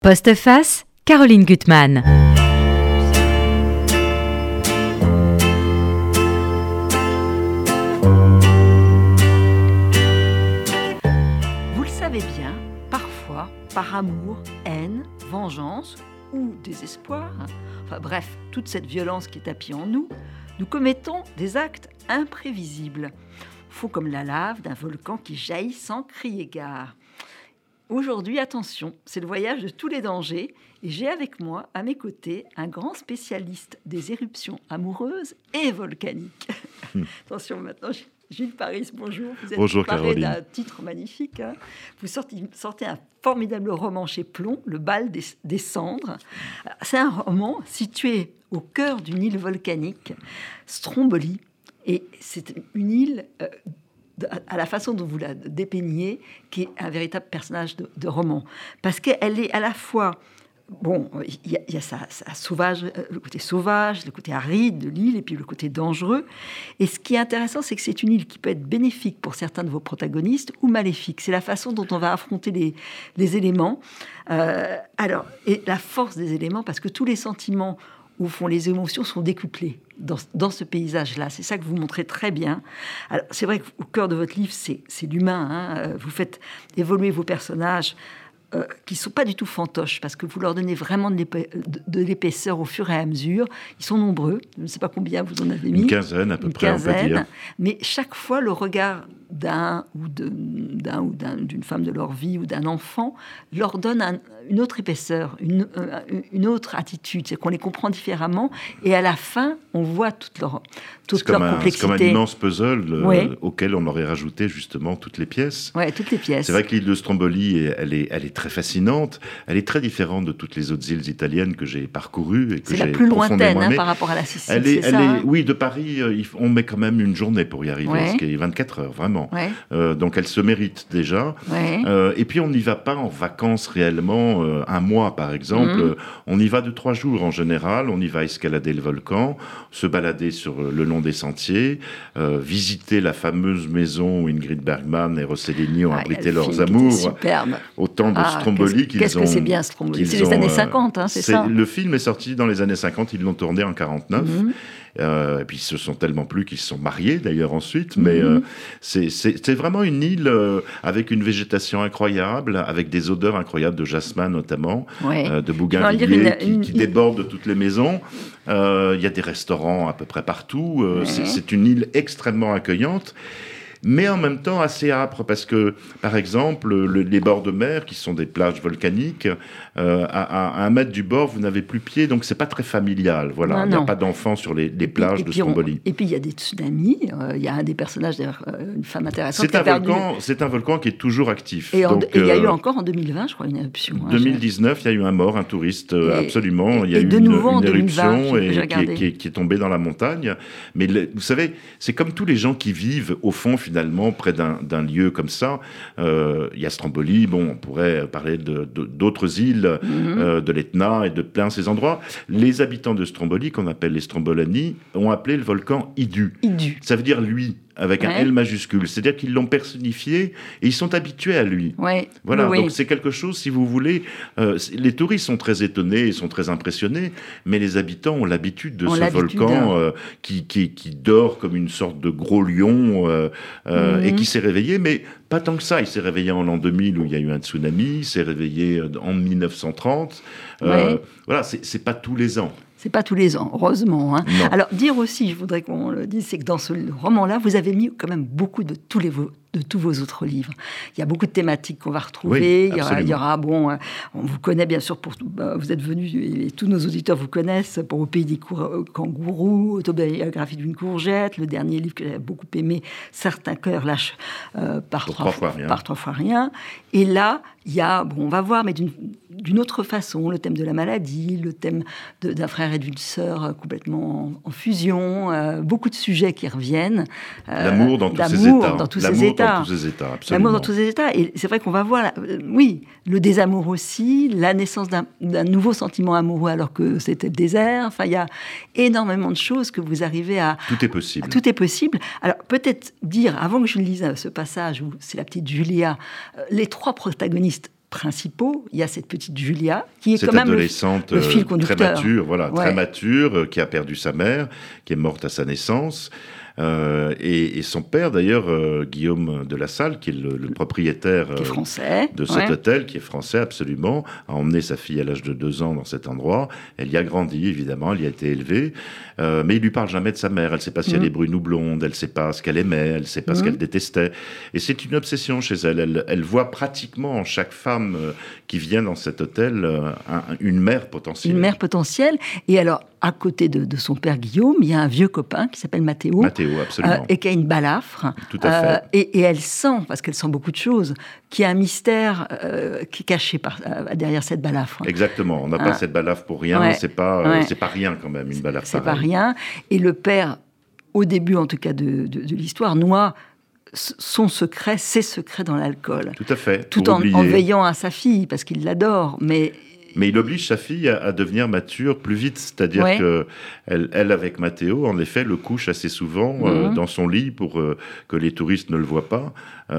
Postface, Caroline Gutmann. Vous le savez bien, parfois, par amour, haine, vengeance ou désespoir, enfin bref, toute cette violence qui est tapie en nous, nous commettons des actes imprévisibles, faux comme la lave d'un volcan qui jaillit sans crier gare. Aujourd'hui, attention, c'est le voyage de tous les dangers et j'ai avec moi, à mes côtés, un grand spécialiste des éruptions amoureuses et volcaniques. Attention, maintenant, Gilles Paris, bonjour. Vous êtes bonjour, paré Caroline. d'un titre magnifique. Hein. Vous sortez un formidable roman chez Plomb, Le bal des cendres. C'est un roman situé au cœur d'une île volcanique, Stromboli. Et c'est une île... à la façon dont vous la dépeignez, qui est un véritable personnage de roman. Parce qu'elle est à la fois... Bon, il y a sa sauvage, le côté sauvage, le côté aride de l'île, et puis le côté dangereux. Et ce qui est intéressant, c'est que c'est une île qui peut être bénéfique pour certains de vos protagonistes ou maléfique. C'est la façon dont on va affronter les éléments. Et la force des éléments, parce que tous les sentiments, au fond, les émotions sont décuplées dans ce paysage-là. C'est ça que vous montrez très bien. Alors, c'est vrai qu'au cœur de votre livre, c'est l'humain. Hein. Vous faites évoluer vos personnages qui ne sont pas du tout fantoches, parce que vous leur donnez vraiment de l'épaisseur au fur et à mesure. Ils sont nombreux. Je ne sais pas combien vous en avez mis. Une quinzaine, à peu près, on peut dire. Mais chaque fois, le regard d'une femme de leur vie ou d'un enfant leur donne une autre épaisseur, une autre attitude. C'est qu'on les comprend différemment et à la fin, on voit toute leur complexité. C'est comme un immense puzzle auquel on aurait rajouté justement toutes les pièces. Oui, toutes les pièces. C'est vrai que l'île de Stromboli, elle est très fascinante. Elle est très différente de toutes les autres îles italiennes que j'ai parcourues. Et que c'est la plus lointaine par rapport à la Sicile, Oui, de Paris, on met quand même une journée pour y arriver, ce qui est 24 heures, vraiment. Ouais. Donc elle se mérite déjà. Ouais. Et puis on n'y va pas en vacances réellement, un mois par exemple. On y va de 3 jours en général. On y va escalader le volcan, se balader sur le long des sentiers, visiter la fameuse maison où Ingrid Bergman et Rossellini ont abrité leurs amours. Superbe. Au temps de Stromboli. Qu'est-ce que c'est bien Stromboli. C'est les années 50, hein, c'est ça. Le film est sorti dans les années 50, ils l'ont tourné en 49. Et puis ils se sont tellement plu qu'ils se sont mariés d'ailleurs ensuite. Mais c'est vraiment une île avec une végétation incroyable, avec des odeurs incroyables de jasmin notamment, de bougainvilliers qui débordent de toutes les maisons. Il y a des restaurants à peu près partout. C'est une île extrêmement accueillante, mais en même temps assez âpre, parce que, par exemple, les bords de mer, qui sont des plages volcaniques, à 1 mètre du bord, vous n'avez plus pied, donc c'est pas très familial. Voilà, il n'y a pas d'enfants sur les plages de Stromboli. Et puis il y a des tsunamis, il y a un des personnages, d'ailleurs, une femme intéressante. C'est un volcan qui est toujours actif. Et il y a eu encore en 2020, je crois, une éruption. 2019, il y a eu un mort, un touriste, absolument. Il y a eu de nouveau une éruption 2020, qui est tombée dans la montagne. Mais vous savez, c'est comme tous les gens qui vivent, au fond, finalement, près d'un lieu comme ça. Il y a Stromboli, on pourrait parler d'autres îles, de l'Etna et de plein de ces endroits. Les habitants de Stromboli, qu'on appelle les Strombolani, ont appelé le volcan Idu. Ça veut dire lui, avec un L majuscule. C'est-à-dire qu'ils l'ont personnifié et ils sont habitués à lui. Voilà, donc c'est quelque chose, si vous voulez... les touristes sont très étonnés, ils sont très impressionnés, mais les habitants ont l'habitude de ce volcan qui dort comme une sorte de gros lion et qui s'est réveillé, mais pas tant que ça. Il s'est réveillé en l'an 2000 où il y a eu un tsunami, il s'est réveillé en 1930. Voilà, c'est pas tous les ans. C'est pas tous les ans, heureusement. Hein. Alors, dire aussi, je voudrais qu'on le dise, c'est que dans ce roman-là, vous avez mis quand même beaucoup de tous vvos autres livres. Il y a beaucoup de thématiques qu'on va retrouver. Il y aura, on vous connaît bien sûr, vous êtes venu, et tous nos auditeurs vous connaissent, pour Au pays des kangourous, Autobiographie d'une courgette, le dernier livre que j'ai beaucoup aimé, Certains cœurs lâchent par 3 fois rien. Et là, il y a, on va voir, mais d'une autre façon, le thème de la maladie, le thème d'un frère et d'une sœur complètement en fusion, beaucoup de sujets qui reviennent. L'amour dans tous ses états. Dans tous ses états, absolument. L'amour dans tous ses états. Et c'est vrai qu'on va voir, le désamour aussi, la naissance d'un nouveau sentiment amoureux alors que c'était le désert. Enfin, il y a énormément de choses que vous arrivez à... Tout est possible. Tout est possible. Alors, peut-être dire, avant que je lise ce passage où c'est la petite Julia, les 3 protagonistes principaux. Il y a cette petite Julia, qui est cette quand même adolescente le fil conducteur. très mature, très Ouais. mature, qui a perdu sa mère, qui est morte à sa naissance. Et son père, d'ailleurs, Guillaume de La Salle, qui est le propriétaire Qui est français. de cet hôtel, qui est français absolument, a emmené sa fille à l'âge de 2 ans dans cet endroit. Elle y a grandi, évidemment, elle y a été élevée. Mais il lui parle jamais de sa mère. Elle ne sait pas si elle est brune ou blonde, elle ne sait pas ce qu'elle aimait, elle ne sait pas ce qu'elle détestait. Et c'est une obsession chez elle. Elle voit pratiquement en chaque femme qui vient dans cet hôtel une mère potentielle. Une mère potentielle. Et alors, à côté de son père Guillaume, il y a un vieux copain qui s'appelle Mathéo. Mathéo, absolument. Et qui a une balafre. Tout à fait. Et elle sent, parce qu'elle sent beaucoup de choses, qu'il y a un mystère qui est caché derrière cette balafre. Exactement. On n'a pas cette balafre pour rien. Ouais. C'est pas rien quand même, une balafre C'est pareille. pas rien. Et le père, au début en tout cas de l'histoire, noie son secret, ses secrets dans l'alcool. Tout à fait. Tout en veillant à sa fille, parce qu'il l'adore. Mais il oblige sa fille à devenir mature plus vite. C'est-à-dire qu'elle, avec Mathéo, en effet, le couche assez souvent dans son lit pour que les touristes ne le voient pas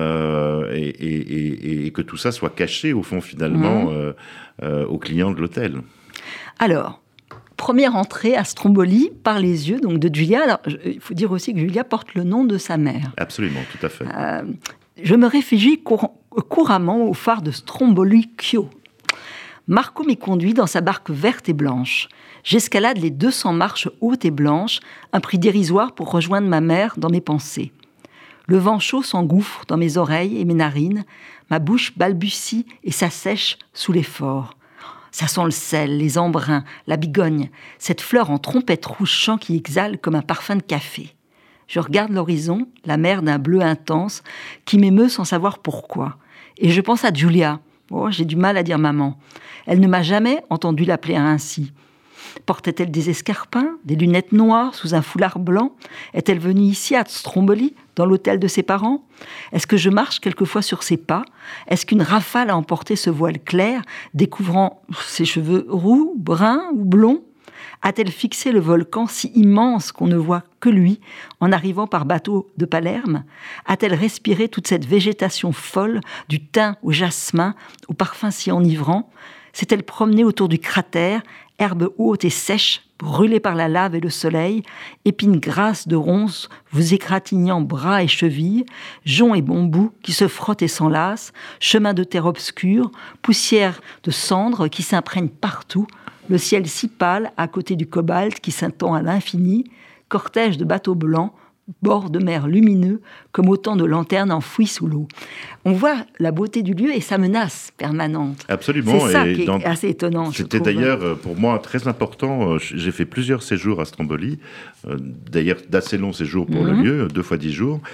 et que tout ça soit caché, au fond, finalement, aux clients de l'hôtel. Alors, première entrée à Stromboli par les yeux donc, de Julia. Alors, il faut dire aussi que Julia porte le nom de sa mère. Absolument, tout à fait. Je me réfugie couramment au phare de Stromboli-Chio. Marco m'y conduit dans sa barque verte et blanche. J'escalade les 200 marches hautes et blanches, un prix dérisoire pour rejoindre ma mère dans mes pensées. Le vent chaud s'engouffre dans mes oreilles et mes narines, ma bouche balbutie et s'assèche sous l'effort. Ça sent le sel, les embruns, la bigogne, cette fleur en trompette rouge chant qui exhale comme un parfum de café. Je regarde l'horizon, la mer d'un bleu intense, qui m'émeut sans savoir pourquoi. Et je pense à Julia. Oh, j'ai du mal à dire maman. Elle ne m'a jamais entendu l'appeler ainsi. Portait-elle des escarpins, des lunettes noires sous un foulard blanc ? Est-elle venue ici à Stromboli, dans l'hôtel de ses parents ? Est-ce que je marche quelquefois sur ses pas ? Est-ce qu'une rafale a emporté ce voile clair, découvrant ses cheveux roux, bruns ou blonds ? A-t-elle fixé le volcan si immense qu'on ne voit que lui en arrivant par bateau de Palerme ? A-t-elle respiré toute cette végétation folle, du thym au jasmin, au parfum si enivrant ? S'est-elle promenée autour du cratère, herbe haute et sèche, brûlée par la lave et le soleil, épines grasses de ronces vous égratignant bras et chevilles, joncs et bambous qui se frottent et s'enlacent, chemins de terre obscurs, poussière de cendres qui s'imprègnent partout, le ciel si pâle à côté du cobalt qui s'étend à l'infini, cortège de bateaux blancs, bord de mer lumineux, comme autant de lanternes enfouies sous l'eau. On voit la beauté du lieu et sa menace permanente. Absolument. C'est ça qui est assez étonnant. C'était d'ailleurs, pour moi, très important. J'ai fait plusieurs séjours à Stromboli, d'ailleurs d'assez longs séjours pour le lieu, 2 fois 10 jours.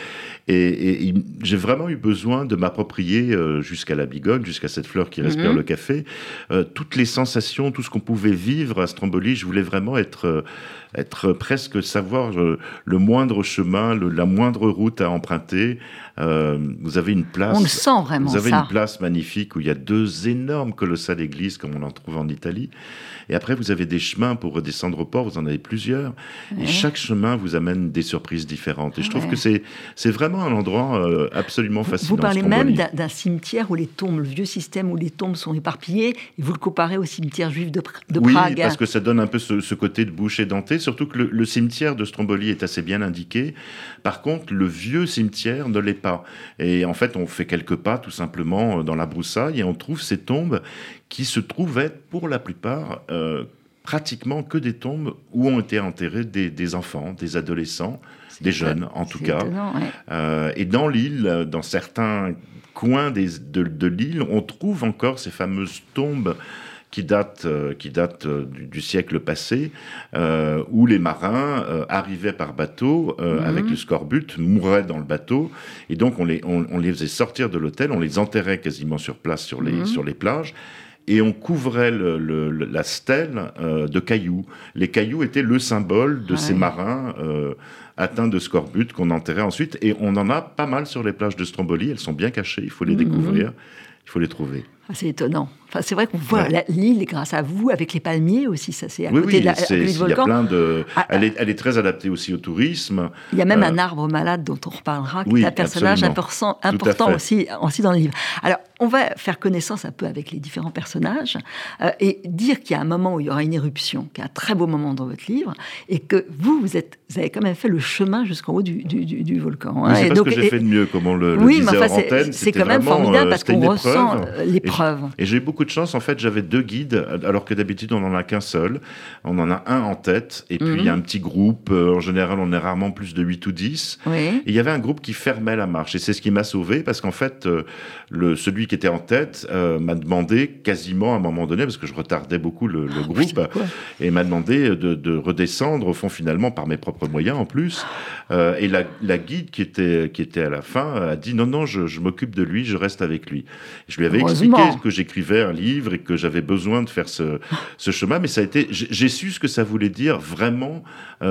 Et j'ai vraiment eu besoin de m'approprier jusqu'à la bigogne, jusqu'à cette fleur qui respire le café, toutes les sensations, tout ce qu'on pouvait vivre à Stromboli. Je voulais vraiment être presque savoir le moindre chemin, la moindre route à emprunter. Vous avez une place. On le sent vraiment. Vous avez une place magnifique où il y a 2 énormes colossales églises comme on en trouve en Italie. Et après, vous avez des chemins pour redescendre au port. Vous en avez plusieurs. Et chaque chemin vous amène des surprises différentes. Et je trouve que c'est vraiment un endroit absolument fascinant. Vous parlez même d'un cimetière où les tombes, le vieux système où les tombes sont éparpillées, et vous le comparez au cimetière juif de Prague. Oui, parce que ça donne un peu ce côté de boucher denté, surtout que le cimetière de Stromboli est assez bien indiqué. Par contre, le vieux cimetière ne l'est pas. Et en fait, on fait quelques pas tout simplement dans la broussaille et on trouve ces tombes qui se trouvent être pour la plupart pratiquement que des tombes où ont été enterrés des enfants, des adolescents, des jeunes en tout cas. Étonnant, ouais. Et dans l'île, dans certains coins de l'île, on trouve encore ces fameuses tombes qui datent du siècle passé, où les marins arrivaient par bateau avec le scorbut, mouraient dans le bateau, et donc on les faisait sortir de l'hôtel, on les enterrait quasiment sur place sur les plages, et on couvrait la stèle de cailloux. Les cailloux étaient le symbole de ces marins atteints de scorbut qu'on enterrait ensuite, et on en a pas mal sur les plages de Stromboli. Elles sont bien cachées, il faut les découvrir, il faut les trouver. C'est étonnant. Enfin, c'est vrai qu'on voit l'île grâce à vous, avec les palmiers aussi, ça c'est à oui, côté de il y a volcan. plein de... Elle est très adaptée aussi au tourisme. Il y a même un arbre malade dont on reparlera, qui est un personnage important aussi dans le livre. Alors, on va faire connaissance un peu avec les différents personnages et dire qu'il y a un moment où il y aura une éruption, qui est un très beau moment dans votre livre, et que vous avez quand même fait le chemin jusqu'en haut du volcan. Oui, c'est pas ce que j'ai fait de mieux, comme on le disait hors antenne. C'est quand même formidable parce qu'on ressent l'épreuve. Et j'ai eu beaucoup de chance, en fait, j'avais 2 guides, alors que d'habitude on n'en a qu'un seul. On en a un en tête, et puis il y a un petit groupe, en général on est rarement plus de 8 ou 10. Oui. Et il y avait un groupe qui fermait la marche, et c'est ce qui m'a sauvé, parce qu'en fait, celui qui était en tête m'a demandé quasiment à un moment donné, parce que je retardais beaucoup le groupe, et m'a demandé de redescendre, au fond, finalement, par mes propres moyens en plus. Et la guide qui était à la fin a dit non, je m'occupe de lui, je reste avec lui. Je lui avais expliqué que j'écrivais un livre et que j'avais besoin de faire ce chemin, mais ça a été, j'ai su ce que ça voulait dire vraiment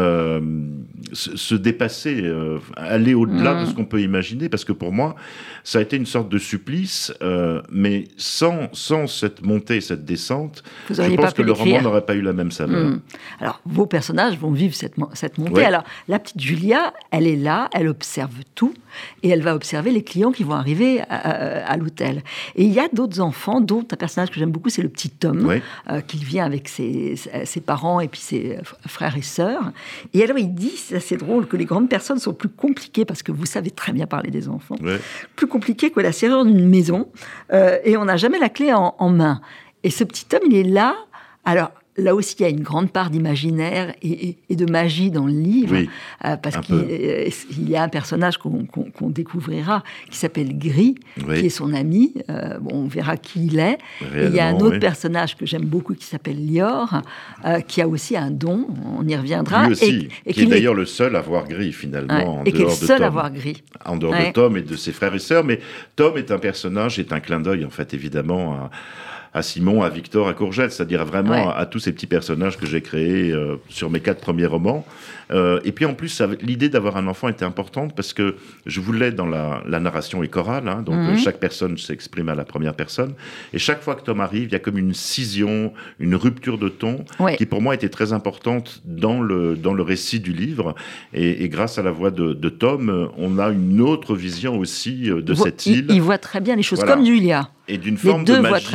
se dépasser, aller au-delà de ce qu'on peut imaginer, parce que pour moi, ça a été une sorte de supplice, mais sans cette montée, cette descente, je pense que le roman n'aurait pas eu la même saveur. Alors, vos personnages vont vivre cette montée. Ouais. Alors, la petite Julia, elle est là, elle observe tout, et elle va observer les clients qui vont arriver à l'hôtel. Et il y a d'autres enfants, dont un personnage que j'aime beaucoup, c'est le petit Tom, qui vient avec ses parents et puis ses frères et sœurs. Et alors, il dit, c'est assez drôle, que les grandes personnes sont plus compliquées, parce que vous savez très bien parler des enfants, plus compliquées que la serrure d'une maison, et on n'a jamais la clé en main. Et ce petit homme, il est là. Alors, là aussi, il y a une grande part d'imaginaire et de magie dans le livre, parce qu'il y a un personnage qu'on découvrira qui s'appelle Gris, qui est son ami. On verra qui il est. Et il y a un autre personnage que j'aime beaucoup qui s'appelle Lior, qui a aussi un don. On y reviendra. Lui aussi, qui est d'ailleurs le seul à voir Gris, finalement, et qui est le seul à voir Gris. En dehors de Tom et de ses frères et sœurs. Mais Tom est un personnage, est un clin d'œil, en fait, évidemment, à Simon, à Victor, à Courgette, c'est-à-dire vraiment à tous ces petits personnages que j'ai créés sur mes 4 premiers romans. Et puis en plus, l'idée d'avoir un enfant était importante parce que je voulais, dans la narration est chorale, donc chaque personne s'exprime à la première personne. Et chaque fois que Tom arrive, il y a comme une scission, une rupture de ton qui pour moi était très importante dans le récit du livre. Et grâce à la voix de Tom, on a une autre vision aussi de cette île. Il voit très bien les choses, comme Julia. Et d'une forme de magie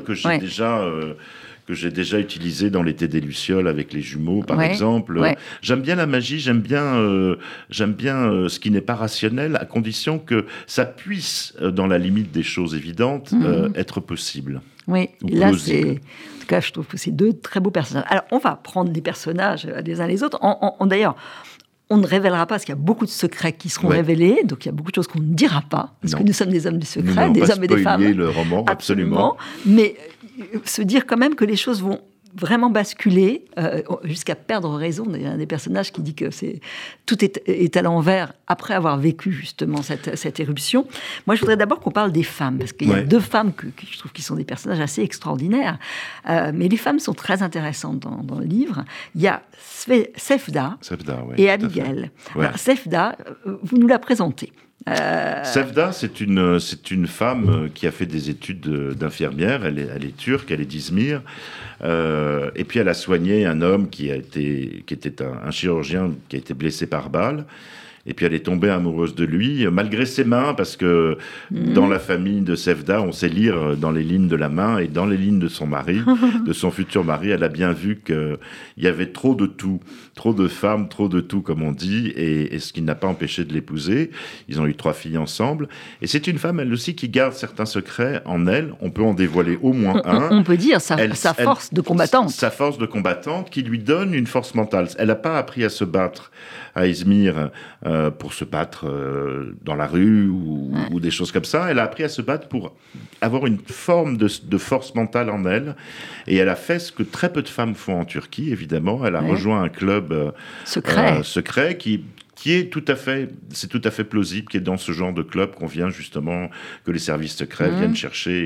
que j'ai déjà utilisée dans L'été des Lucioles avec les jumeaux, par exemple. J'aime bien la magie, j'aime bien ce qui n'est pas rationnel, à condition que ça puisse, dans la limite des choses évidentes, être possible. Oui, et là, en tout cas, je trouve que c'est 2 très beaux personnages. Alors, on va prendre des personnages les uns les autres. D'ailleurs, on ne révélera pas, parce qu'il y a beaucoup de secrets qui seront révélés, donc il y a beaucoup de choses qu'on ne dira pas, parce que nous sommes des hommes du secret, des hommes et des femmes. Le roman, absolument. Mais se dire quand même que les choses vont vraiment basculer jusqu'à perdre raison. Il y a un des personnages qui dit que tout est à l'envers après avoir vécu justement cette éruption. Moi, je voudrais d'abord qu'on parle des femmes, parce qu'il y a 2 femmes que je trouve qui sont des personnages assez extraordinaires. Mais les femmes sont très intéressantes dans le livre. Il y a Sefda et Abigail. Alors, Sefda, vous nous la présentez. Sefda, c'est une femme qui a fait des études d'infirmière. Elle est turque, elle est d'Izmir. Et puis elle a soigné un homme qui était un chirurgien qui a été blessé par balle. Et puis elle est tombée amoureuse de lui, malgré ses mains, parce que dans la famille de Sefda, on sait lire dans les lignes de la main et dans les lignes de son mari, de son futur mari. Elle a bien vu qu'il y avait trop de tout, trop de femmes, trop de tout, comme on dit, et ce qui n'a pas empêché de l'épouser. Ils ont eu 3 filles ensemble. Et c'est une femme, elle aussi, qui garde certains secrets en elle. On peut en dévoiler au moins un. On peut dire sa force de combattante. Sa force de combattante qui lui donne une force mentale. Elle n'a pas appris à se battre à Izmir pour se battre dans la rue ou des choses comme ça. Elle a appris à se battre pour avoir une forme de force mentale en elle. Et elle a fait ce que très peu de femmes font en Turquie, évidemment. Elle a rejoint un club secret qui c'est tout à fait plausible, qui est dans ce genre de club qu'on vient justement, que les services secrets viennent chercher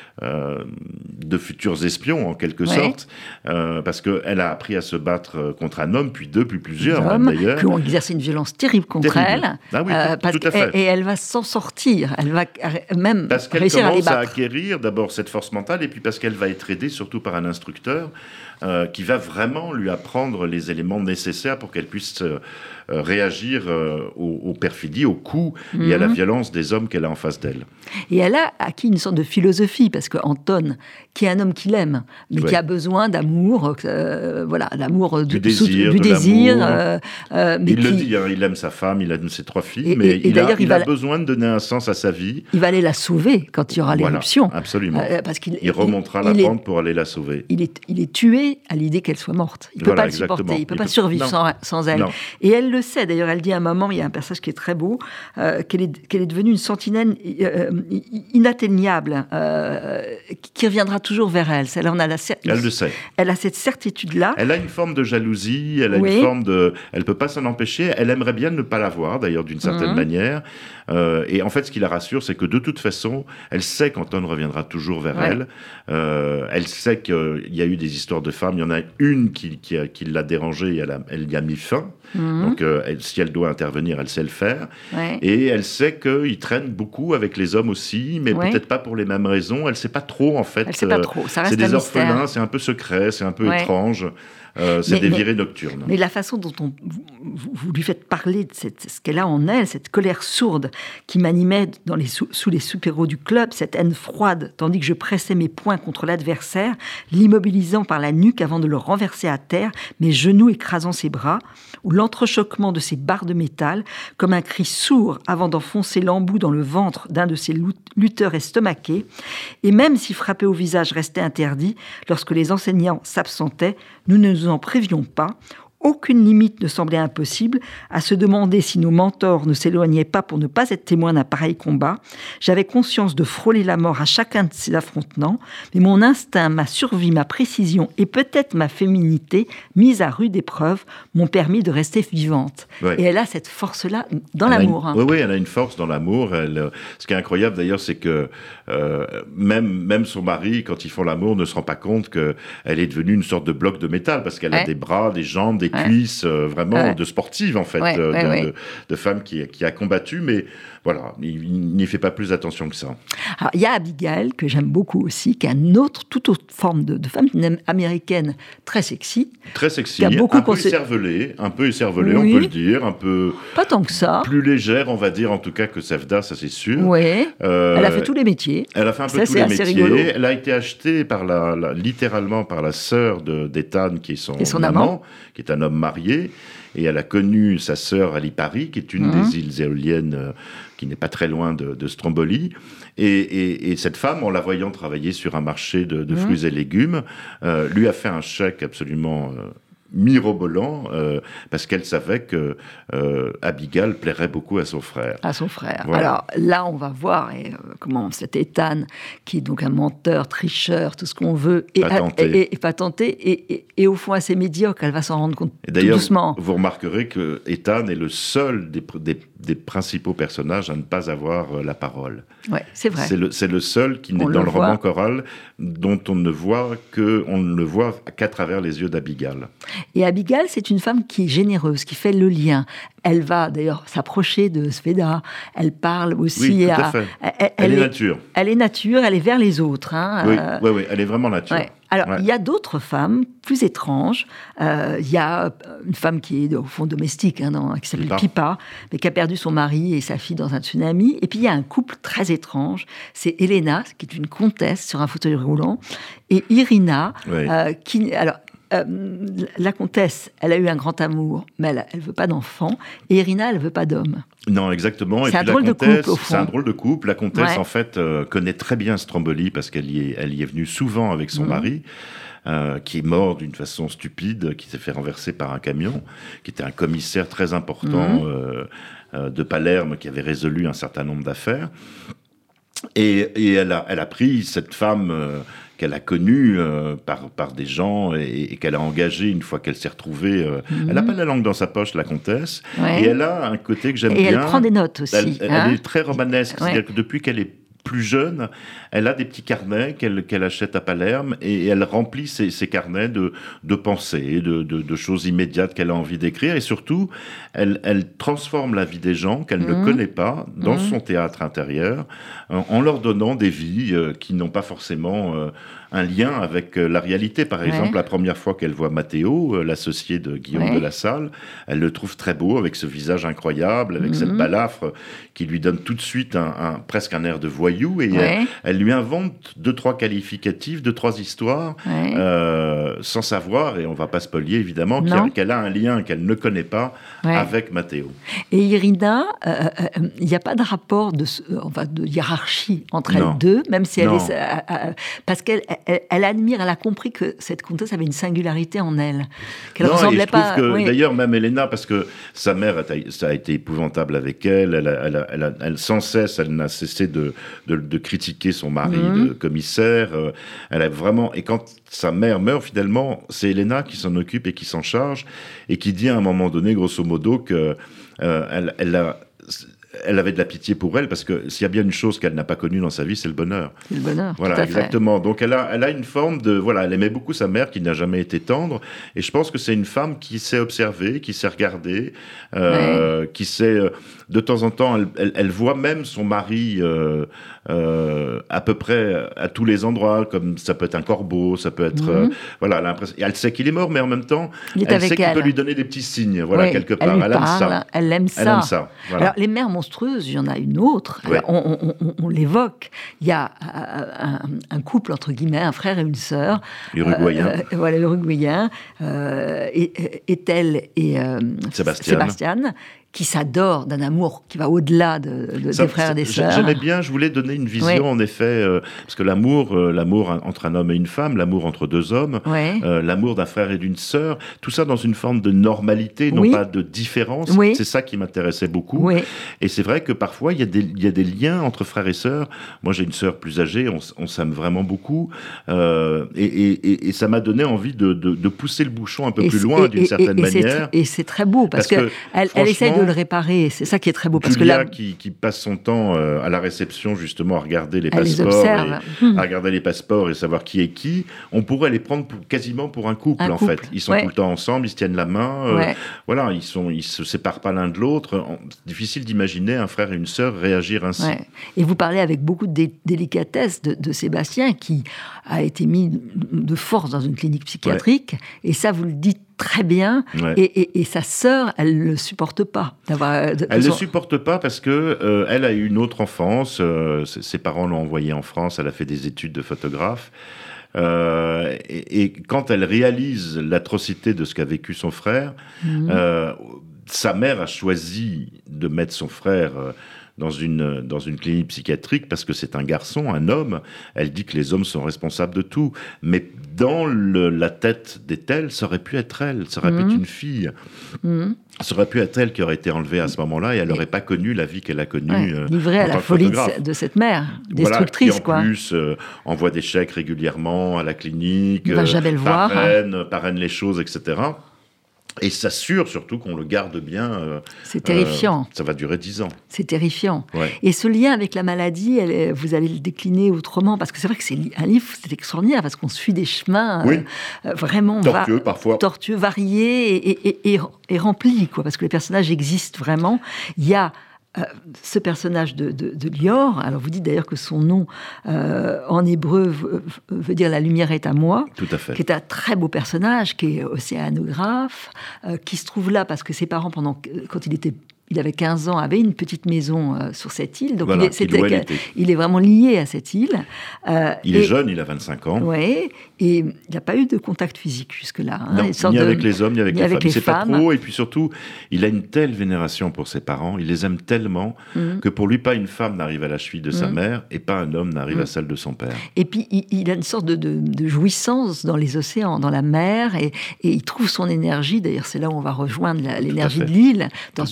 de futurs espions en quelque sorte, parce qu'elle a appris à se battre contre un homme, puis deux, puis plusieurs même, d'ailleurs. Qui ont exercé une violence terrible contre elle. Ah oui, tout à fait. Et elle va s'en sortir, elle va même parce qu'elle réussir à les commence à battre. acquérir d'abord cette force mentale, et puis parce qu'elle va être aidée surtout par un instructeur qui va vraiment lui apprendre les éléments nécessaires pour qu'elle puisse réagir aux perfidies, aux coups et à la violence des hommes qu'elle a en face d'elle. Et elle a acquis une sorte de philosophie, parce que Anton, qui est un homme qu'il aime, mais qui a besoin d'amour, l'amour du désir, mais le dit, il aime sa femme, il aime ses 3 filles, mais il a besoin de donner un sens à sa vie. Il va aller la sauver quand il y aura l'éruption. Absolument. Parce il remontera la pente pour aller la sauver. Il est tué à l'idée qu'elle soit morte. Il ne peut pas le supporter, il ne peut pas survivre sans elle. Non. Et elle le sait, d'ailleurs, elle dit à un moment, il y a un passage qui est très beau, qu'elle est devenue une sentinelle inatteignable, qui reviendra toujours vers elle. Elle le sait. Elle a cette certitude-là. Elle a une forme de jalousie, elle a une forme de... Elle ne peut pas s'en empêcher, elle aimerait bien ne pas l'avoir, d'ailleurs, d'une certaine manière. Et en fait, ce qui la rassure, c'est que de toute façon, elle sait qu'Anton reviendra toujours vers elle. Elle sait qu'il y a eu des histoires de femmes. Il y en a une qui l'a dérangée et elle y a mis fin. Donc, si elle doit intervenir, elle sait le faire. Et elle sait qu'il traîne beaucoup avec les hommes aussi, mais peut-être pas pour les mêmes raisons. Elle ne sait pas trop, en fait. Elle ne sait pas trop. Ça reste c'est des un orphelins, mystère. c'est un peu secret, c'est un peu étrange. C'est des virées nocturnes. Mais la façon dont vous lui faites parler de ce qu'elle a en elle, cette colère sourde qui m'animait sous les soupiraux du club, cette haine froide, tandis que je pressais mes poings contre l'adversaire, l'immobilisant par la nuque avant de le renverser à terre, mes genoux écrasant ses bras, ou l'entrechoquement de ses barres de métal, comme un cri sourd avant d'enfoncer l'embout dans le ventre d'un de ces lutteurs estomaqués. Et même si frapper au visage restait interdit, lorsque les enseignants s'absentaient, nous ne nous en prévions pas. Aucune limite ne semblait impossible, à se demander si nos mentors ne s'éloignaient pas pour ne pas être témoins d'un pareil combat. J'avais conscience de frôler la mort à chacun de ces affrontements, mais mon instinct, ma survie, ma précision et peut-être ma féminité, mise à rude épreuve, m'ont permis de rester vivante. Et elle a cette force-là dans l'amour. Oui, elle a une force dans l'amour. Ce qui est incroyable d'ailleurs, c'est que même son mari, quand ils font l'amour, ne se rend pas compte qu'elle est devenue une sorte de bloc de métal, parce qu'elle a des bras, des jambes, des cuisses, vraiment de sportive en fait, de femme qui a combattu, mais voilà, il n'y fait pas plus attention que ça. Alors, il y a Abigail, que j'aime beaucoup aussi, qui est toute autre forme de femme, une américaine très sexy. Très sexy, un peu écervelée, on peut le dire, un peu... Pas tant que ça. Plus légère, on va dire, en tout cas, que Sevda, ça c'est sûr. Oui, elle a fait tous les métiers. Elle a fait un peu tous les métiers. Rigolo. Elle a été achetée littéralement par la sœur d'Ethan, qui est son amant, qui est un homme marié. Et elle a connu sa sœur à Lipari, qui est une des îles éoliennes qui n'est pas très loin de Stromboli. Et cette femme, en la voyant travailler sur un marché de fruits et légumes, lui a fait un chèque absolument mirobolant, parce qu'elle savait que Abigail plairait beaucoup à son frère. Voilà. Alors là, on va voir comment cet Ethan, qui est donc un menteur, tricheur, tout ce qu'on veut, patenté, et au fond assez médiocre, elle va s'en rendre compte tout doucement. Vous remarquerez que Ethan est le seul des principaux personnages à ne pas avoir la parole. Ouais, c'est vrai. C'est le seul qui n'est dans le roman choral dont on ne le voit qu'à travers les yeux d'Abigail. Et Abigail, c'est une femme qui est généreuse, qui fait le lien. Elle va d'ailleurs s'approcher de Sveda. Elle parle aussi. Oui, tout à fait. Elle est nature. Elle est nature, elle est vers les autres. Oui, elle est vraiment nature. Ouais. Alors, il y a d'autres femmes plus étranges. Il y a une femme qui est au fond domestique, qui s'appelle Pippa, mais qui a perdu son mari et sa fille dans un tsunami. Et puis, il y a un couple très étrange. C'est Elena, qui est une comtesse sur un fauteuil roulant, et Irina, qui... Alors, la comtesse, elle a eu un grand amour, mais elle ne veut pas d'enfant. Et Irina, elle ne veut pas d'homme. Non, exactement. C'est un drôle de couple, au fond. C'est un drôle de couple. La comtesse, en fait, connaît très bien Stromboli parce qu'elle y est venue souvent avec son mari, qui est mort d'une façon stupide, qui s'est fait renverser par un camion, qui était un commissaire très important de Palerme, qui avait résolu un certain nombre d'affaires. Et elle a pris cette femme qu'elle a connue par des gens et qu'elle a engagée une fois qu'elle s'est retrouvée. Elle n'a pas la langue dans sa poche, la comtesse. Ouais. Et elle a un côté que j'aime bien. Et elle prend des notes aussi. Elle est très romanesque. C'est-à-dire que depuis qu'elle est plus jeune, elle a des petits carnets qu'elle achète à Palerme et elle remplit ces carnets de pensées, de choses immédiates qu'elle a envie d'écrire et surtout, elle transforme la vie des gens qu'elle ne connaît pas dans son théâtre intérieur en leur donnant des vies qui n'ont pas forcément un lien avec la réalité. Par exemple, la première fois qu'elle voit Matteo, l'associé de Guillaume de la Salle, elle le trouve très beau avec ce visage incroyable, avec cette balafre qui lui donne tout de suite presque un air de voyou et elle lui invente 2-3 qualificatifs, 2-3 histoires sans savoir, et on ne va pas spoiler évidemment, qu'elle a un lien qu'elle ne connaît pas avec Matteo. Et Irina, il n'y a pas de rapport de hiérarchie entre elles deux, même si elle est... parce qu'elle admire, elle a compris que cette comtesse avait une singularité en elle, qu'elle ne ressemblait pas... D'ailleurs, même Elena, parce que sa mère, ça a été épouvantable avec elle, sans cesse, elle n'a cessé de critiquer son mari de commissaire. Elle a vraiment... Et quand sa mère meurt, finalement, c'est Elena qui s'en occupe et qui s'en charge, et qui dit à un moment donné, grosso modo, que elle avait de la pitié pour elle, parce que s'il y a bien une chose qu'elle n'a pas connue dans sa vie, c'est le bonheur. C'est le bonheur, voilà, tout à fait. Exactement. Donc elle a une forme de... Voilà, elle aimait beaucoup sa mère, qui n'a jamais été tendre, et je pense que c'est une femme qui sait observer, qui sait regarder, qui sait... de temps en temps, elle voit même son mari à peu près à tous les endroits, comme ça peut être un corbeau, ça peut être... voilà, l'impression... Elle sait qu'il est mort, mais en même temps, elle sait qu'il peut lui donner des petits signes, voilà, quelque part. Elle aime ça. Elle aime ça. Voilà. Alors, les mères monstrueuses, il y en a une autre. Alors, on l'évoque. Il y a un couple, entre guillemets, un frère et une sœur. Uruguayen. Voilà, uruguayen. Ethel et Sébastien, qui s'adorent d'un amour qui va au-delà des frères et des sœurs. J'aimais bien, je voulais donner une vision, en effet, parce que l'amour entre un homme et une femme, l'amour entre deux hommes, l'amour d'un frère et d'une sœur, tout ça dans une forme de normalité, non pas de différence. C'est ça qui m'intéressait beaucoup. Et c'est vrai que parfois, il y a des liens entre frères et sœurs. Moi, j'ai une sœur plus âgée, on s'aime vraiment beaucoup. Et ça m'a donné envie de pousser le bouchon un peu plus loin, d'une certaine manière. Et c'est très beau, parce qu'elle essaye de le réparer, c'est ça qui est très beau. Parce Julia, qui passe son temps à la réception, justement, à regarder les passeports, à regarder les passeports et savoir qui est qui, on pourrait les prendre quasiment pour un couple, en fait. Ils sont tout le temps ensemble, ils se tiennent la main, voilà, ils se séparent pas l'un de l'autre. Difficile d'imaginer un frère et une sœur réagir ainsi. Et vous parlez avec beaucoup de délicatesse de Sébastien, qui a été mis de force dans une clinique psychiatrique, et ça, vous le dites très bien, et sa sœur, elle ne le supporte pas. Elle ne le supporte pas parce que elle a eu une autre enfance, ses parents l'ont envoyée en France, elle a fait des études de photographe, et quand elle réalise l'atrocité de ce qu'a vécu son frère, sa mère a choisi de mettre son frère dans une clinique psychiatrique parce que c'est un garçon, un homme. Elle dit que les hommes sont responsables de tout. Mais dans la tête d'Ethel, ça aurait pu être elle, ça aurait pu être une fille. Ça aurait pu être elle qui aurait été enlevée à ce moment-là et elle n'aurait pas connu la vie qu'elle a connue. Livrée à la folie de cette mère, destructrice. Qui en plus envoie des chèques régulièrement à la clinique, ne va jamais le voir, parraine les choses, etc. Et s'assure surtout qu'on le garde bien. C'est terrifiant. Ça va durer 10 ans. C'est terrifiant. Et ce lien avec la maladie, vous allez le décliner autrement, parce que c'est vrai que c'est un livre, c'est extraordinaire, parce qu'on suit des chemins vraiment tortueux, parfois. Tortueux, variés et remplis, quoi, parce que les personnages existent vraiment. Il y a ce personnage de Lior, alors vous dites d'ailleurs que son nom en hébreu veut dire « la lumière est à moi », tout à fait. Qui est un très beau personnage, qui est océanographe, qui se trouve là parce que ses parents, quand il avait 15 ans, avait une petite maison sur cette île. Donc il est vraiment lié à cette île. Il est jeune, il a 25 ans. Oui, et il n'a pas eu de contact physique jusque-là. Non, ni avec les hommes, ni avec les femmes. Il ne sait pas trop, et puis surtout, il a une telle vénération pour ses parents, il les aime tellement que pour lui, pas une femme n'arrive à la cheville de sa mère, et pas un homme n'arrive à celle de son père. Et puis, il a une sorte de jouissance dans les océans, dans la mer, et il trouve son énergie, d'ailleurs c'est là où on va rejoindre l'énergie de l'île, dans une grotte,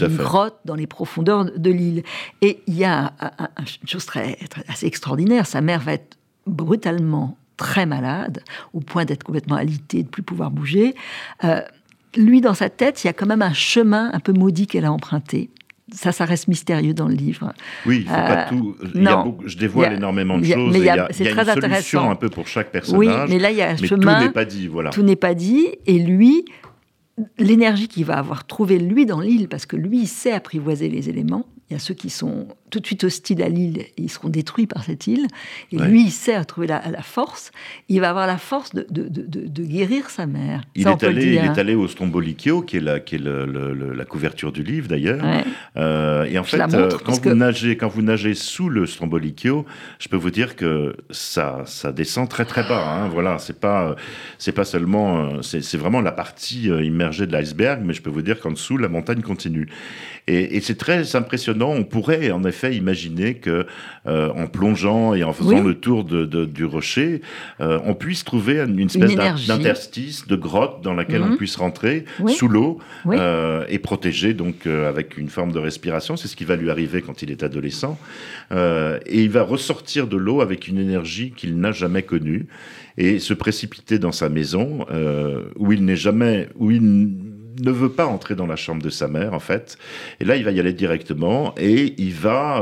grotte dans les profondeurs de l'île. Et il y a une chose assez extraordinaire. Sa mère va être brutalement très malade, au point d'être complètement alitée, de ne plus pouvoir bouger. Lui, dans sa tête, il y a quand même un chemin un peu maudit qu'elle a emprunté. Ça reste mystérieux dans le livre. Oui, il ne faut pas tout... je dévoile énormément de choses. Mais il y a c'est une très solution intéressant. Un peu pour chaque personnage. Oui, mais là, il y a un chemin... tout n'est pas dit, voilà. Tout n'est pas dit. Et lui, l'énergie qu'il va avoir trouvée, lui, dans l'île, parce que lui, il sait apprivoiser les éléments. Il y a ceux qui sont tout de suite hostiles à l'île, ils seront détruits par cette île. Et lui, il sait trouver la force. Il va avoir la force de guérir sa mère. Il est allé au Strombolicchio, qui est la couverture du livre d'ailleurs. Ouais. Et en fait, quand vous nagez sous le Strombolicchio, je peux vous dire que ça descend très très bas. Hein. Voilà, c'est pas seulement, c'est vraiment la partie immergée de l'iceberg, mais je peux vous dire qu'en dessous, la montagne continue. Et c'est très impressionnant. On pourrait en effet imaginer que, en plongeant et en faisant le tour du rocher, on puisse trouver une espèce d'interstice, de grotte dans laquelle on puisse rentrer sous l'eau et protégé donc avec une forme de respiration. C'est ce qui va lui arriver quand il est adolescent. Et il va ressortir de l'eau avec une énergie qu'il n'a jamais connue et se précipiter dans sa maison où il ne veut pas entrer dans la chambre de sa mère, en fait. Et là, il va y aller directement et il va,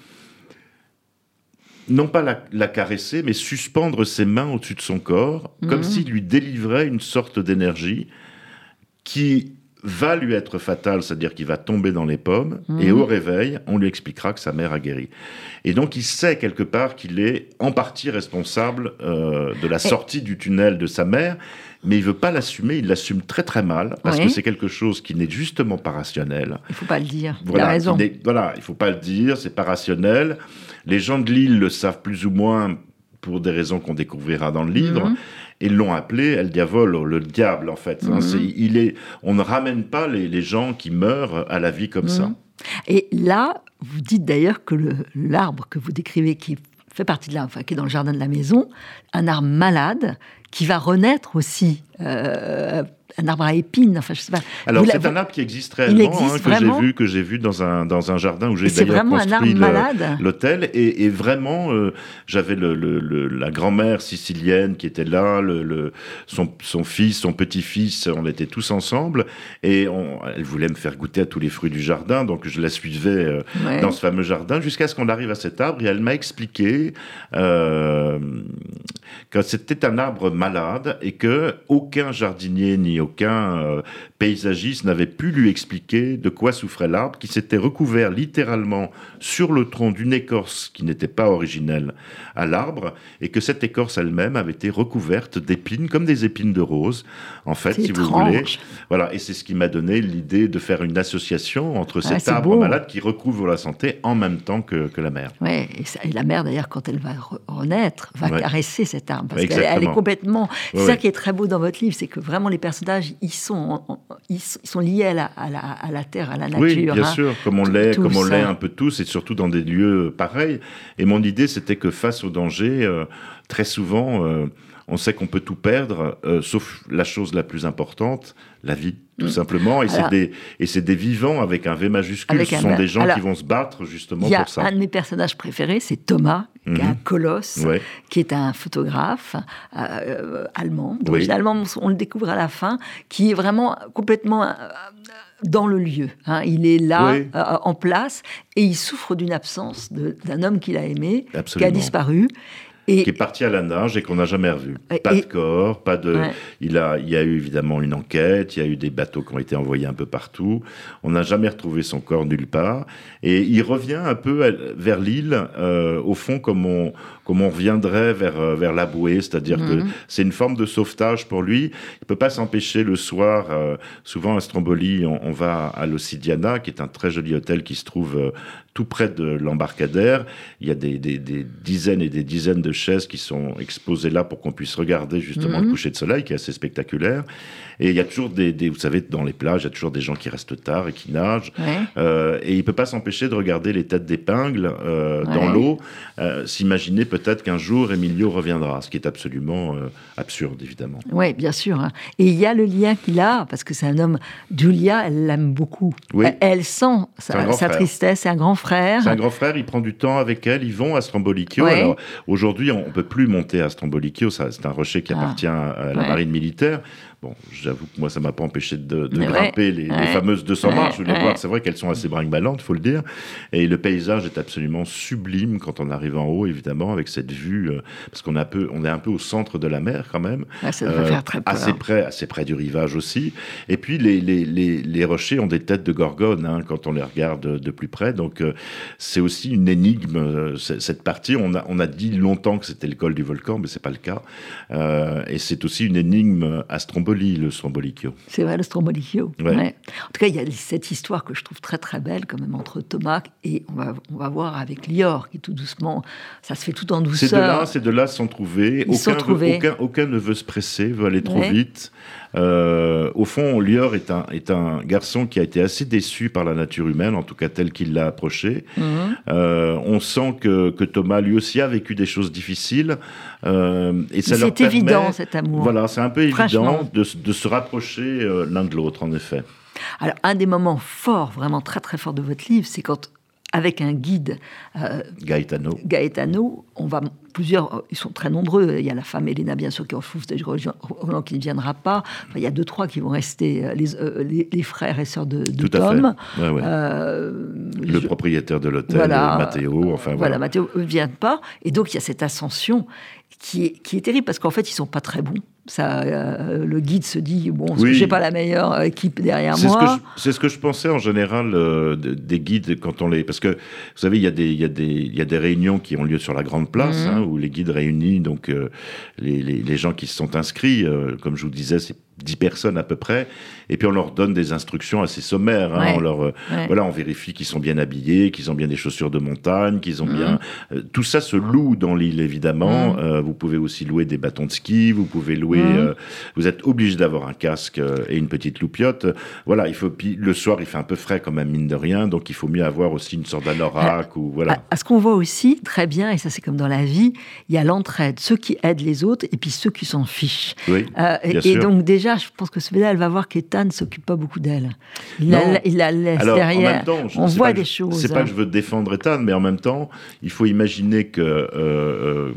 non pas la caresser, mais suspendre ses mains au-dessus de son corps, comme s'il lui délivrait une sorte d'énergie qui va lui être fatale, c'est-à-dire qu'il va tomber dans les pommes, et au réveil, on lui expliquera que sa mère a guéri. Et donc, il sait quelque part qu'il est en partie responsable de la sortie du tunnel de sa mère, mais il ne veut pas l'assumer, il l'assume très très mal, parce que c'est quelque chose qui n'est justement pas rationnel. Il ne faut pas le dire, voilà, il a raison. Il ne faut pas le dire, c'est pas rationnel. Les gens de l'île le savent plus ou moins pour des raisons qu'on découvrira dans le livre, et l'ont appelé El Diavolo, le diable en fait. On ne ramène pas les gens qui meurent à la vie comme ça. Et là, vous dites d'ailleurs que l'arbre que vous décrivez, qui fait partie de l'arbre, enfin, qui est dans le jardin de la maison, un arbre malade, qui va renaître aussi, un arbre à épines, enfin je sais pas. Alors c'est un arbre qui existe réellement, que j'ai vu dans un jardin où j'ai d'ailleurs construit l'hôtel, et vraiment j'avais la grand-mère sicilienne qui était là, son fils, son petit-fils, on était tous ensemble, et elle voulait me faire goûter à tous les fruits du jardin, donc je la suivais dans ce fameux jardin jusqu'à ce qu'on arrive à cet arbre, et elle m'a expliqué que c'était un arbre malade et que aucun jardinier ni aucun paysagiste n'avait pu lui expliquer de quoi souffrait l'arbre, qui s'était recouvert littéralement sur le tronc d'une écorce qui n'était pas originelle à l'arbre, et que cette écorce elle-même avait été recouverte d'épines, comme des épines de rose, en fait, si vous voulez. Voilà, et c'est ce qui m'a donné l'idée de faire une association entre cet arbre malade qui recouvre la santé en même temps que la mère. Oui, et la mère, d'ailleurs, quand elle va renaître, va caresser cet arbre, parce qu'elle est complètement... C'est ça qui est très beau dans votre livre, c'est que vraiment les personnages, ils sont liés à la terre, à la nature. Oui, bien sûr, comme on l'est un peu tous, et surtout dans des lieux pareils. Et mon idée, c'était que face au danger, très souvent, on sait qu'on peut tout perdre, sauf la chose la plus importante, la vie, tout simplement. Et c'est des vivants avec un V majuscule. Ce sont des gens qui vont se battre justement pour ça. Il y a un de mes personnages préférés, c'est Thomas, qui est un colosse, qui est un photographe allemand, d'origine allemande, on le découvre à la fin, qui est vraiment complètement dans le lieu. Il est là, en place, et il souffre d'une absence d'un homme qu'il a aimé, qui a disparu. Qui est parti à la nage et qu'on n'a jamais revu. Pas de corps, pas de... Il y a eu évidemment une enquête, il y a eu des bateaux qui ont été envoyés un peu partout. On n'a jamais retrouvé son corps nulle part. Et il revient un peu vers l'île, au fond, comme on reviendrait vers la bouée, c'est-à-dire que c'est une forme de sauvetage pour lui. Il ne peut pas s'empêcher le soir. Souvent à Stromboli, on va à l'Ossidiana, qui est un très joli hôtel qui se trouve tout près de l'embarcadère. Il y a des dizaines et des dizaines de chaises qui sont exposées là pour qu'on puisse regarder justement le coucher de soleil, qui est assez spectaculaire. Et il y a toujours vous savez, dans les plages, il y a toujours des gens qui restent tard et qui nagent. Et il ne peut pas s'empêcher de regarder les têtes d'épingle dans l'eau, s'imaginer peut-être qu'un jour Emilio reviendra, ce qui est absolument absurde, évidemment. Oui, bien sûr. Hein. Et il y a le lien qu'il a, parce que c'est un homme... Julia, elle l'aime beaucoup. Oui. Elle sent sa tristesse, c'est un grand frère. C'est un grand frère, il prend du temps avec elle, ils vont à Strombolicchio. Ouais. Alors, aujourd'hui, on ne peut plus monter à Strombolicchio, c'est un rocher qui appartient à la marine militaire. Bon, j'avoue que moi, ça ne m'a pas empêché de grimper les fameuses 200 marches. Je voulais voir, c'est vrai qu'elles sont assez brinque-ballantes, il faut le dire. Et le paysage est absolument sublime quand on arrive en haut, évidemment, avec cette vue, parce qu'on est un peu au centre de la mer, quand même. Ça doit faire très peur. Assez près du rivage aussi. Et puis, les rochers ont des têtes de gorgone, hein, quand on les regarde de plus près. Donc, c'est aussi une énigme, cette partie. On a dit longtemps que c'était le col du volcan, mais ce n'est pas le cas. Et c'est aussi une énigme à Stromboli, le Strombolicchio. C'est vrai, le Strombolicchio. Ouais. Ouais. En tout cas, il y a cette histoire que je trouve très très belle quand même entre Thomas et on va voir avec Lior qui tout doucement, ça se fait tout en douceur. Ces deux-là se sont trouvés. Aucun ne veut se presser, veut aller trop vite. Au fond, Lior est un garçon qui a été assez déçu par la nature humaine, en tout cas tel qu'il l'a approché. On sent que Thomas, lui aussi, a vécu des choses difficiles. Et ça leur permet, évident, cet amour. Voilà, c'est un peu évident de se rapprocher l'un de l'autre, en effet. Alors, un des moments forts, vraiment très très forts de votre livre, c'est quand, avec un guide, Gaetano, on va plusieurs, ils sont très nombreux. Il y a la femme Elena, bien sûr, qui refuse Roland, qui ne viendra pas. Enfin, il y a 2-3 qui vont rester, les frères et sœurs de Tom. Ouais. Le propriétaire de l'hôtel, Matteo. Voilà, Matteo ne vient pas. Et donc, il y a cette ascension qui est terrible, parce qu'en fait, ils ne sont pas très bons. Le guide se dit, j'ai pas la meilleure équipe derrière moi. C'est ce que je pensais en général des guides quand on les... Parce que, vous savez, il y a des réunions qui ont lieu sur la grande place, où les guides réunissent donc, les gens qui se sont inscrits. Comme je vous disais, c'est 10 personnes à peu près. Et puis, on leur donne des instructions assez sommaires. On vérifie qu'ils sont bien habillés, qu'ils ont bien des chaussures de montagne, qu'ils ont bien... tout ça se loue dans l'île, évidemment. Vous pouvez aussi louer des bâtons de ski, vous pouvez louer... vous êtes obligé d'avoir un casque et une petite loupiote. Voilà, puis le soir, il fait un peu frais quand même, mine de rien, donc il faut mieux avoir aussi une sorte d'anorak. Ce qu'on voit aussi, très bien, et ça c'est comme dans la vie, il y a l'entraide, ceux qui aident les autres et puis ceux qui s'en fichent. Oui, et donc déjà, je pense que Sveta, elle va voir qu'Ethan ne s'occupe pas beaucoup d'elle. Il la laisse derrière. En même temps, on voit des choses. C'est pas que je veux défendre Ethan, mais en même temps, il faut imaginer que...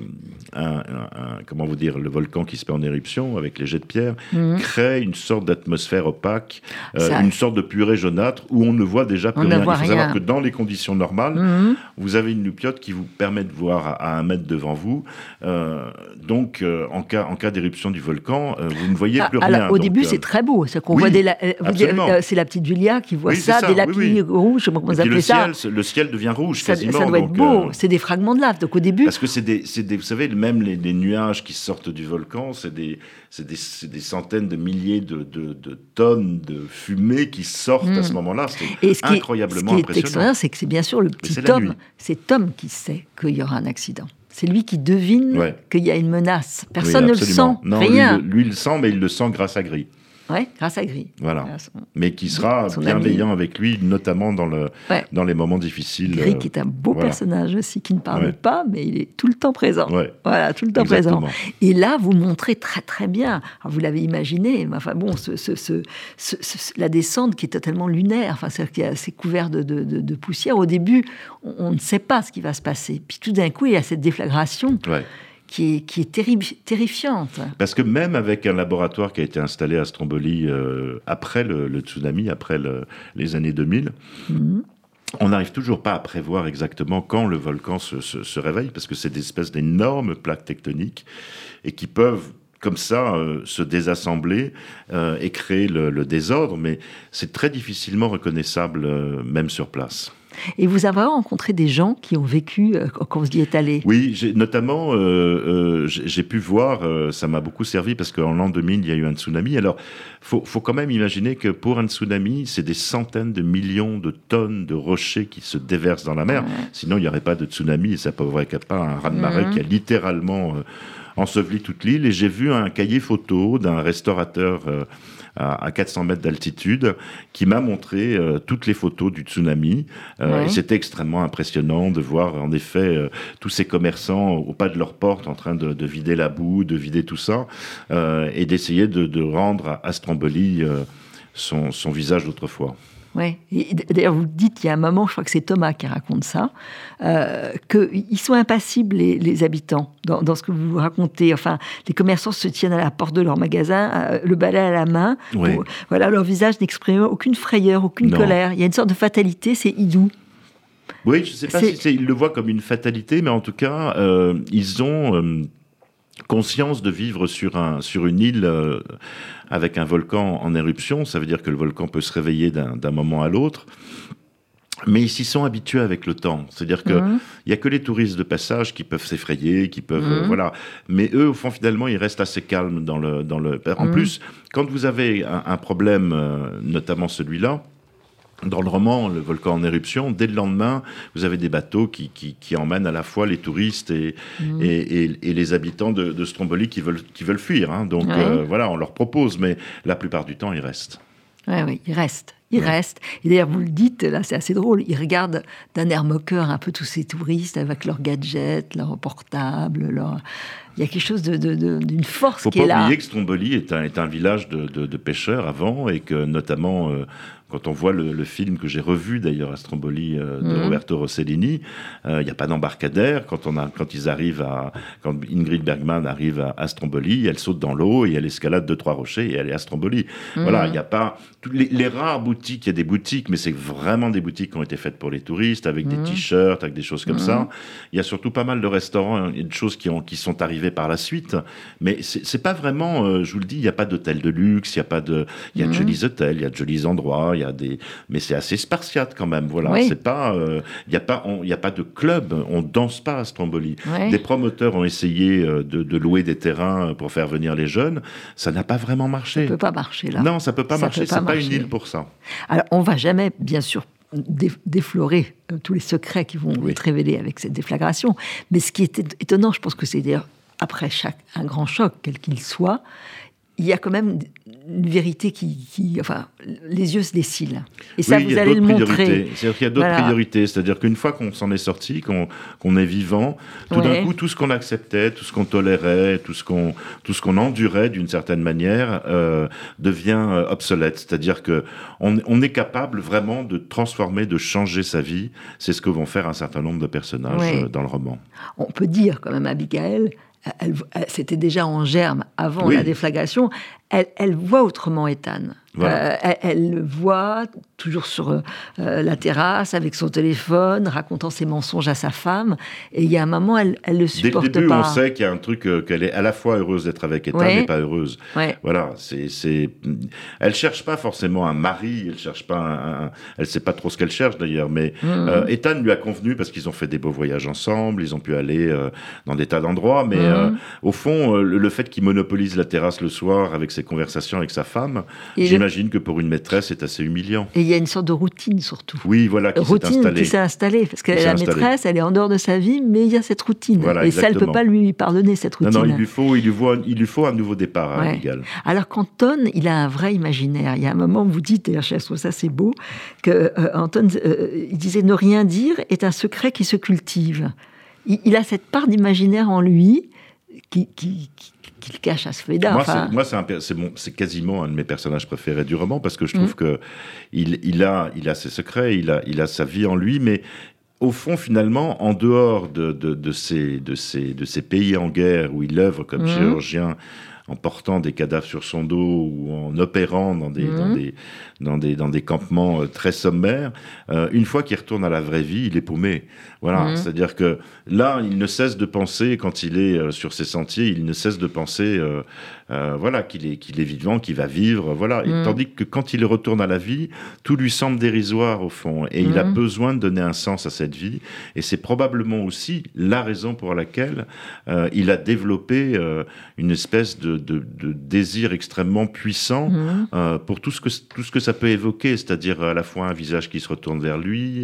comment vous dire, le volcan qui se met en éruption avec les jets de pierre crée une sorte d'atmosphère opaque, une sorte de purée jaunâtre où on ne voit déjà plus rien. Il faut savoir que dans les conditions normales, vous avez une loupiote qui vous permet de voir à 1 mètre devant vous. Donc, en cas d'éruption du volcan, vous ne voyez plus rien. Alors, au début, c'est très beau. C'est qu'on voit c'est la petite Julia qui voit des lapis rouges. Comment vous appelez ça ? Le ciel devient rouge quasiment. Ça doit être beau. C'est des fragments de lave. Donc, au début... Parce que vous savez, même les nuages qui sortent du volcan, c'est des centaines de milliers de tonnes de fumée qui sortent à ce moment-là. C'est incroyablement impressionnant. Ce qui est extraordinaire, c'est que c'est bien sûr le petit Tom. C'est Tom qui sait qu'il y aura un accident. C'est lui qui devine qu'il y a une menace. Personne ne le sent, rien. Lui, il le sent, mais il le sent grâce à Gris. Oui, grâce à Gris. Voilà. Mais qui sera bienveillant avec lui, notamment dans les moments difficiles. Gris, qui est un beau personnage aussi, qui ne parle pas, mais il est tout le temps présent. Ouais. Voilà, tout le temps présent. Et là, vous montrez très très bien. Alors, vous l'avez imaginé, mais enfin bon, la descente qui est totalement lunaire, enfin, c'est-à-dire qu'il est assez couvert de poussière. Au début, on ne sait pas ce qui va se passer. Puis tout d'un coup, il y a cette déflagration. Ouais. Qui est terrifiante. Parce que même avec un laboratoire qui a été installé à Stromboli après le tsunami, après les années 2000, on n'arrive toujours pas à prévoir exactement quand le volcan se réveille, parce que c'est des espèces d'énormes plaques tectoniques et qui peuvent comme ça, se désassembler et créer le désordre, mais c'est très difficilement reconnaissable, même sur place. Et vous avez rencontré des gens qui ont vécu quand vous y êtes allé? Oui, notamment, j'ai pu voir, ça m'a beaucoup servi parce qu'en l'an 2000, il y a eu un tsunami. Alors, faut quand même imaginer que pour un tsunami, c'est des centaines de millions de tonnes de rochers qui se déversent dans la mer. Sinon, il n'y aurait pas de tsunami et ça ne provoquerait pas un raz-de-marée qui a littéralement enseveli toute l'île. Et j'ai vu un cahier photo d'un restaurateur à 400 mètres d'altitude, qui m'a montré toutes les photos du tsunami. Et c'était extrêmement impressionnant de voir, en effet, tous ces commerçants au pas de leur porte en train de vider la boue, de vider tout ça, et d'essayer de rendre à Stromboli son visage d'autrefois. Oui. D'ailleurs, vous dites, il y a un moment, je crois que c'est Thomas qui raconte ça, qu'ils sont impassibles, les habitants, dans ce que vous racontez. Enfin, les commerçants se tiennent à la porte de leur magasin, le balai à la main. Oui. Voilà, leur visage n'exprime aucune frayeur, aucune colère. Il y a une sorte de fatalité, c'est hideux. Oui, je ne sais pas si ils le voient comme une fatalité, mais en tout cas, ils ont conscience de vivre sur une île avec un volcan en éruption. Ça veut dire que le volcan peut se réveiller d'un moment à l'autre. Mais ils s'y sont habitués avec le temps. C'est-à-dire qu'il n'y a que les touristes de passage qui peuvent s'effrayer, qui peuvent... voilà. Mais eux, au fond, finalement, ils restent assez calmes dans le... En plus, quand vous avez un problème, notamment celui-là, dans le roman, le volcan en éruption, dès le lendemain, vous avez des bateaux qui emmènent à la fois les touristes et les habitants de Stromboli qui veulent fuir. Hein. Donc voilà, on leur propose, mais la plupart du temps, ils restent. Oui, ils restent. Ils restent. Et d'ailleurs, vous le dites, là, c'est assez drôle. Ils regardent d'un air moqueur un peu tous ces touristes avec leurs gadgets, leurs portables, Il y a quelque chose d'une force qui est là. Il ne faut pas oublier que Stromboli est un village de pêcheurs avant, et que notamment... quand on voit le film que j'ai revu d'ailleurs à Stromboli de Roberto Rossellini, il n'y a pas d'embarcadère. Quand Ingrid Bergman arrive à Stromboli, elle saute dans l'eau et elle escalade 2-3 rochers et elle est à Stromboli. Voilà, il n'y a pas les rares boutiques. Il y a des boutiques, mais c'est vraiment des boutiques qui ont été faites pour les touristes, avec des t-shirts, avec des choses comme ça. Il y a surtout pas mal de restaurants et de choses qui sont arrivées par la suite. Mais c'est pas vraiment, je vous le dis, il n'y a pas d'hôtel de luxe, il y a de jolis hôtels, il y a de jolis endroits. Mais c'est assez spartiate quand même, voilà. Oui. C'est pas, il y a pas de club, on danse pas à Stromboli. Oui. Des promoteurs ont essayé de louer des terrains pour faire venir les jeunes, ça n'a pas vraiment marché. Ça peut pas marcher là. Non, ça peut pas marcher. C'est pas une île pour ça. Alors, on va jamais, bien sûr, déflorer tous les secrets qui vont être révélés avec cette déflagration. Mais ce qui est étonnant, je pense que c'est d'ailleurs après un grand choc, quel qu'il soit, il y a quand même une vérité enfin, les yeux se dessillent. Et ça, vous allez le montrer. C'est-à-dire qu'il y a d'autres priorités. C'est-à-dire qu'une fois qu'on s'en est sorti, qu'on est vivant, tout d'un coup, tout ce qu'on acceptait, tout ce qu'on tolérait, tout ce qu'on endurait d'une certaine manière, devient obsolète. C'est-à-dire qu'on est capable vraiment de transformer, de changer sa vie. C'est ce que vont faire un certain nombre de personnages dans le roman. On peut dire quand même, Abigail, c'était déjà en germe avant la déflagration, elle voit autrement Ethan. Voilà. Elle le voit toujours sur la terrasse avec son téléphone, racontant ses mensonges à sa femme. Et il y a un moment, elle le supporte pas. Dès le début, on sait qu'il y a un truc qu'elle est à la fois heureuse d'être avec Ethan, mais pas heureuse. Voilà, elle cherche pas forcément un mari. Elle cherche pas elle sait pas trop ce qu'elle cherche d'ailleurs. Mais Ethan lui a convenu parce qu'ils ont fait des beaux voyages ensemble. Ils ont pu aller dans des tas d'endroits. Mais au fond, le fait qu'il monopolise la terrasse le soir avec ses conversations avec sa femme, j'imagine que pour une maîtresse, c'est assez humiliant. Et il y a une sorte de routine, surtout. Oui, voilà, qui s'est installée. Parce que la maîtresse, elle est en dehors de sa vie, mais il y a cette routine. Voilà, et exactement. ça, elle ne peut pas lui pardonner, cette routine. Non, il lui faut un nouveau départ, Abigail. Alors qu'Anton, il a un vrai imaginaire. Il y a un moment où vous dites, d'ailleurs, je trouve ça c'est beau, que Anton, il disait « Ne rien dire est un secret qui se cultive ». Il a cette part d'imaginaire en lui qu'il cache à ce fait d'art. Moi, c'est quasiment un de mes personnages préférés du roman, parce que je trouve que il a ses secrets, il a sa vie en lui, mais au fond, finalement, en dehors de ces pays en guerre où il œuvre comme chirurgien en portant des cadavres sur son dos ou en opérant dans des campements très sommaires. Une fois qu'il retourne à la vraie vie, il est paumé. Voilà, c'est-à-dire que là, il ne cesse de penser, quand il est sur ces sentiers, il ne cesse de penser qu'il est vivant, qu'il va vivre. Voilà. Et tandis que quand il retourne à la vie, tout lui semble dérisoire au fond. Et il a besoin de donner un sens à cette vie. Et c'est probablement aussi la raison pour laquelle il a développé une espèce de désir extrêmement puissant pour tout ce que ça peut évoquer, c'est-à-dire à la fois un visage qui se retourne vers lui,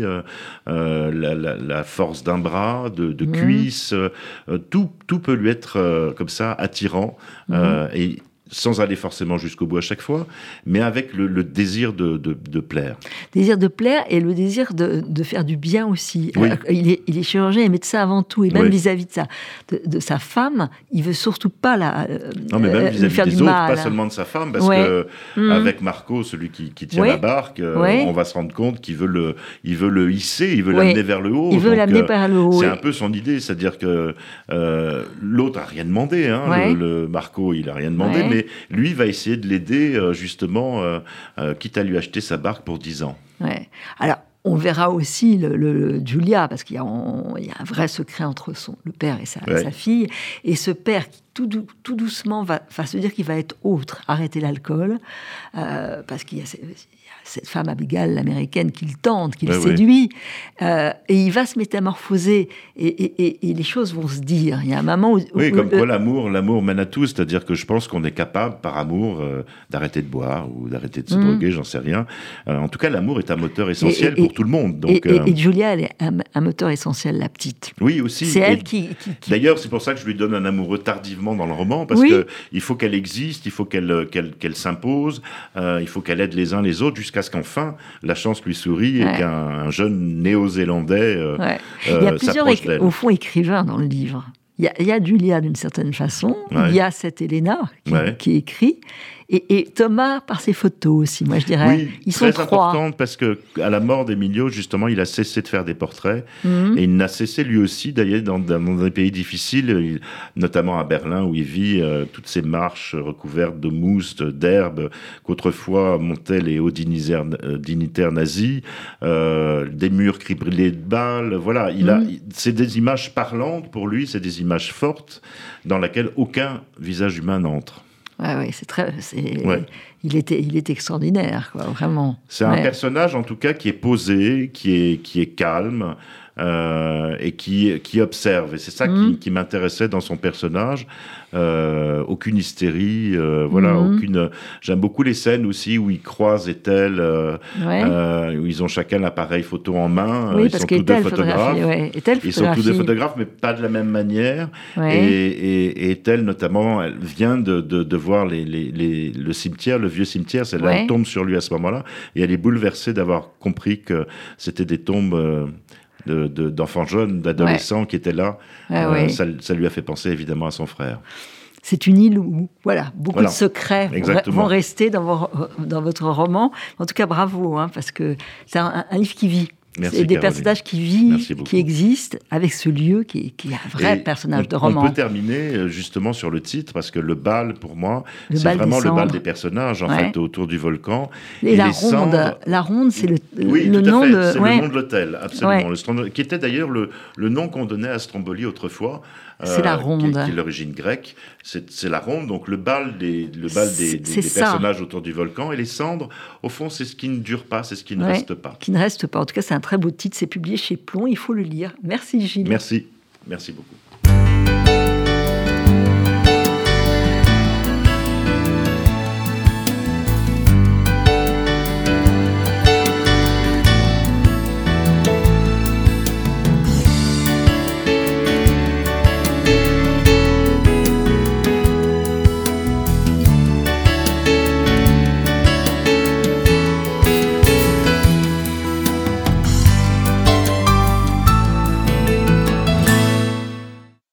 la force d'un bras, de cuisses, tout peut lui être comme ça attirant et sans aller forcément jusqu'au bout à chaque fois, mais avec le désir de plaire. Désir de plaire et le désir de faire du bien aussi. Oui. Il est chirurgien et médecin avant tout, et même vis-à-vis de sa femme, il veut surtout pas non, mais même vis-à-vis faire des du autres, mal. pas seulement de sa femme, parce que avec Marco, celui qui tient la barque, on va se rendre compte qu'il veut le hisser, il veut l'amener vers le haut. Il veut l'amener vers le haut. C'est un peu son idée, c'est-à-dire que l'autre a rien demandé, le Marco, il a rien demandé, mais lui va essayer de l'aider justement, quitte à lui acheter sa barque pour 10 ans. Ouais. Alors, on verra aussi le Julia, parce qu'il y a un vrai secret entre le père et sa fille. Et ce père qui, tout doucement, va se dire qu'il va être autre, arrêter l'alcool, parce qu'il y a cette femme Abigail, l'américaine, qui le tente, qui le séduit, et il va se métamorphoser, et les choses vont se dire. Il y a un moment où... comme quoi l'amour mène à tout, c'est-à-dire que je pense qu'on est capable, par amour, d'arrêter de boire ou d'arrêter de se droguer, j'en sais rien. En tout cas, l'amour est un moteur essentiel pour tout le monde. Donc, et Julia, elle est un moteur essentiel, la petite. Oui, aussi. C'est elle qui... D'ailleurs, c'est pour ça que je lui donne un amoureux tardivement dans le roman, parce qu'il faut qu'elle existe, il faut qu'elle s'impose, il faut qu'elle aide les uns les autres, jusqu'à ce qu'enfin la chance lui sourit et qu'un jeune néo-zélandais il y a plusieurs s'approche d'elle. au fond écrivains dans le livre. Il y a Julia d'une certaine façon, il y a cette Elena qui écrit, et Thomas par ses photos aussi, moi je dirais. Oui, ils sont très trois. importante, parce que à la mort d'Emilio, justement, il a cessé de faire des portraits, et il n'a cessé lui aussi d'aller dans des pays difficiles, notamment à Berlin où il vit, toutes ces marches recouvertes de mousse, d'herbe, qu'autrefois montaient les hauts dignitaires nazis, des murs criblés de balles. Voilà, c'est des images parlantes pour lui, c'est des images fortes dans lesquelles aucun visage humain n'entre. Il est extraordinaire, quoi, vraiment. C'est un personnage, en tout cas, qui est posé, qui est calme, et qui observe. Et c'est ça qui m'intéressait dans son personnage. Aucune hystérie, aucune... J'aime beaucoup les scènes aussi où ils croisent Ethel, où ils ont chacun l'appareil photo en main. Ils sont tous deux photographes. Ils sont tous deux photographes, mais pas de la même manière. Et Ethel, notamment, elle vient de voir le cimetière, le vieux cimetière. Elle tombe sur lui à ce moment-là. Et elle est bouleversée d'avoir compris que c'était des tombes... d'enfants jeunes, d'adolescents qui étaient là. Ça lui a fait penser évidemment à son frère. C'est une île où beaucoup de secrets vont rester dans votre roman. En tout cas, bravo, parce que c'est un livre qui vit. Merci, c'est des Caroline. Personnages qui vivent, qui existent, avec ce lieu qui est un vrai personnage de roman. On peut terminer justement sur le titre, parce que le bal, pour moi, c'est vraiment le bal des personnages, en fait, autour du volcan. Et la ronde, c'est le nom de... C'est le nom de l'hôtel, absolument. Qui était d'ailleurs le nom qu'on donnait à Stromboli autrefois. C'est la ronde. Qui est l'origine grecque. C'est la ronde, donc le bal des personnages autour du volcan. Et les cendres, au fond, c'est ce qui ne dure pas, c'est ce qui ne reste pas. Qui ne reste pas. En tout cas, c'est un très beau titre. C'est publié chez Plomb. Il faut le lire. Merci, Gilles. Merci beaucoup.